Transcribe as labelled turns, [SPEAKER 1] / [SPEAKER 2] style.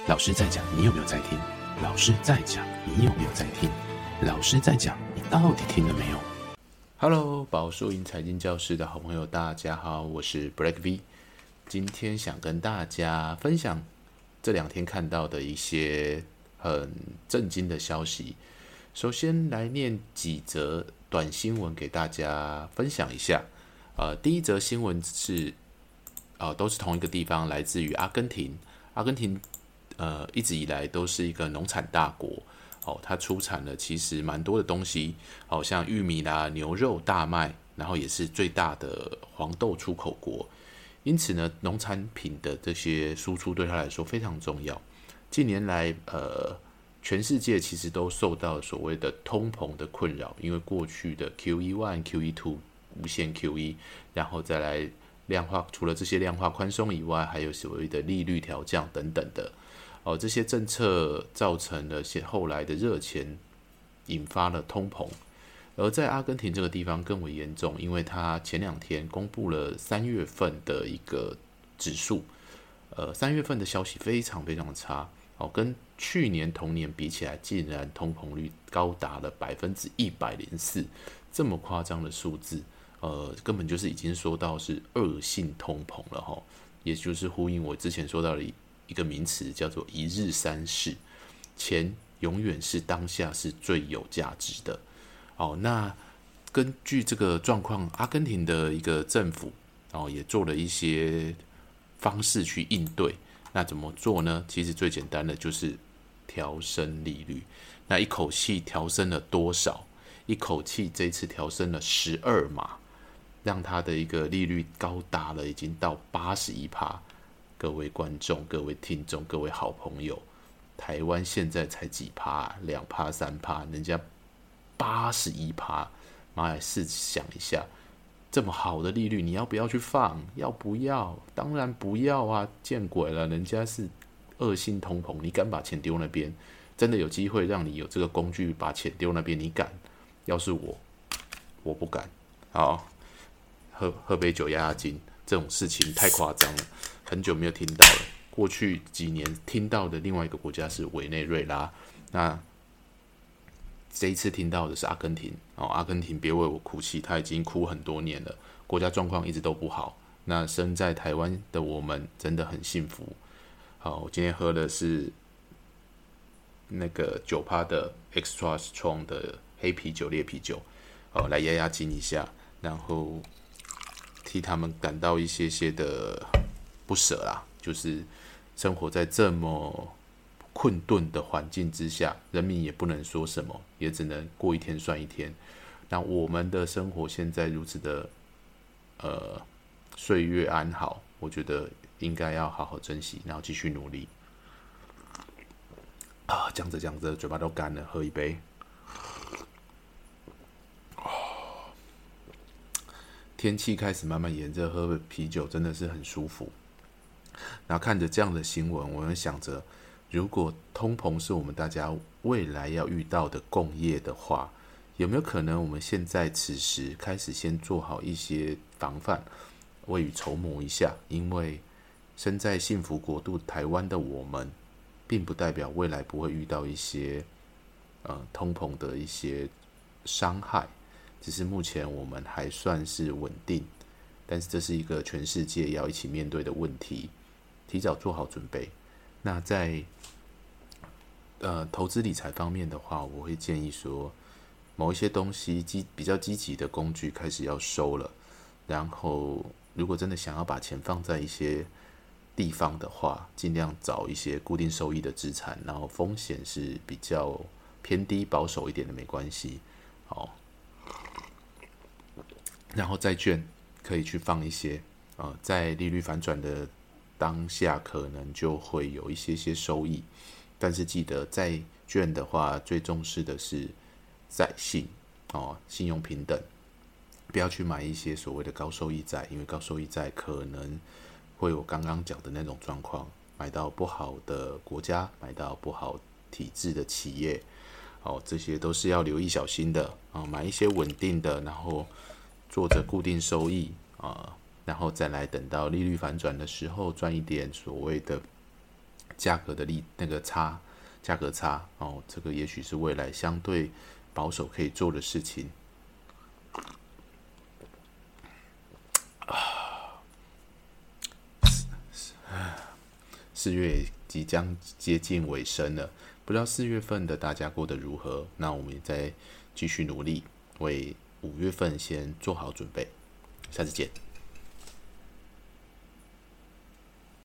[SPEAKER 1] 老师在讲，你有没有在听？老师在讲，你有没有在听？老师在讲，你到底听了没有 ？Hello， 宝树银财经教室的好朋友，大家好，我是 Black V。今天想跟大家分享这2天看到的一些很震惊的消息。首先来念几则短新闻给大家分享一下。第一则新闻是都是同一个地方，来自于阿根廷。阿根廷一直以来都是一个农产大国，它出产了其实蛮多的东西，像玉米啦、牛肉、大麦，然后也是最大的黄豆出口国。因此呢，农产品的这些输出对它来说非常重要。近年来，全世界其实都受到所谓的通膨的困扰，因为过去的 QE1、QE2 无限 QE， 然后再来量化，除了这些量化宽松以外，还有所谓的利率调降等等的，这些政策造成了后来的热钱，引发了通膨。而在阿根廷这个地方更为严重，因为它前2天公布了3月份的一个指数，3月份的消息非常非常的差，跟去年同年比起来，竟然通膨率高达了104%，这么夸张的数字。根本就是已经说到是恶性通膨了，也就是呼应我之前说到的一个名词，叫做一日三市，钱永远是当下是最有价值的。那根据这个状况，阿根廷的一个政府也做了一些方式去应对。那怎么做呢？其实最简单的就是调升利率。那一口气调升了多少？一口气这一次调升了12码。让它的一个利率高达了已经到81%。各位观众、各位听众、各位好朋友，台湾现在才几趴？2%、3%，人家81%。妈呀，试想一下，这么好的利率，你要不要去放？要不要？当然不要啊！见鬼了，人家是恶性通膨，你敢把钱丢那边？真的有机会让你有这个工具把钱丢那边，你敢？要是我不敢。好。喝杯酒压压惊，这种事情太夸张了，很久没有听到了。过去几年听到的另外一个国家是委内瑞拉，那这一次听到的是阿根廷。阿根廷别为我哭泣，他已经哭很多年了，国家状况一直都不好。那身在台湾的我们真的很幸福。我今天喝的是那个9%的 Extra Strong 的黑啤酒、烈啤酒，来压压惊一下，然后替他们感到一些的不舍啦，就是生活在这么困顿的环境之下，人民也不能说什么，也只能过一天算一天。那我们的生活现在如此的岁月安好，我觉得应该要好好珍惜，然后继续努力。讲着讲着嘴巴都干了，喝一杯。天气开始慢慢炎热，喝啤酒真的是很舒服。然后看着这样的新闻，我们想着，如果通膨是我们大家未来要遇到的共业的话，有没有可能我们现在此时开始先做好一些防范，未雨绸缪一下？因为身在幸福国度台湾的我们，并不代表未来不会遇到一些通膨的一些伤害。只是目前我们还算是稳定，但是这是一个全世界要一起面对的问题，提早做好准备。那在投资理财方面的话，我会建议说，某一些东西比较积极的工具开始要收了，然后如果真的想要把钱放在一些地方的话，尽量找一些固定收益的资产，然后风险是比较偏低、保守一点的没关系。然后债券可以去放一些，在利率反转的当下，可能就会有一些收益。但是记得债券的话，最重视的是债信，信用平等，不要去买一些所谓的高收益债，因为高收益债可能会有刚刚讲的那种状况，买到不好的国家，买到不好体制的企业，这些都是要留意小心的。买一些稳定的，然后做着固定收益，然后再来等到利率反转的时候，赚一点所谓的价格的价格差哦，这个也许是未来相对保守可以做的事情。4月即将接近尾声了，不知道4月份的大家过得如何？那我们也再继续努力，为5月份先做好准备。下次见。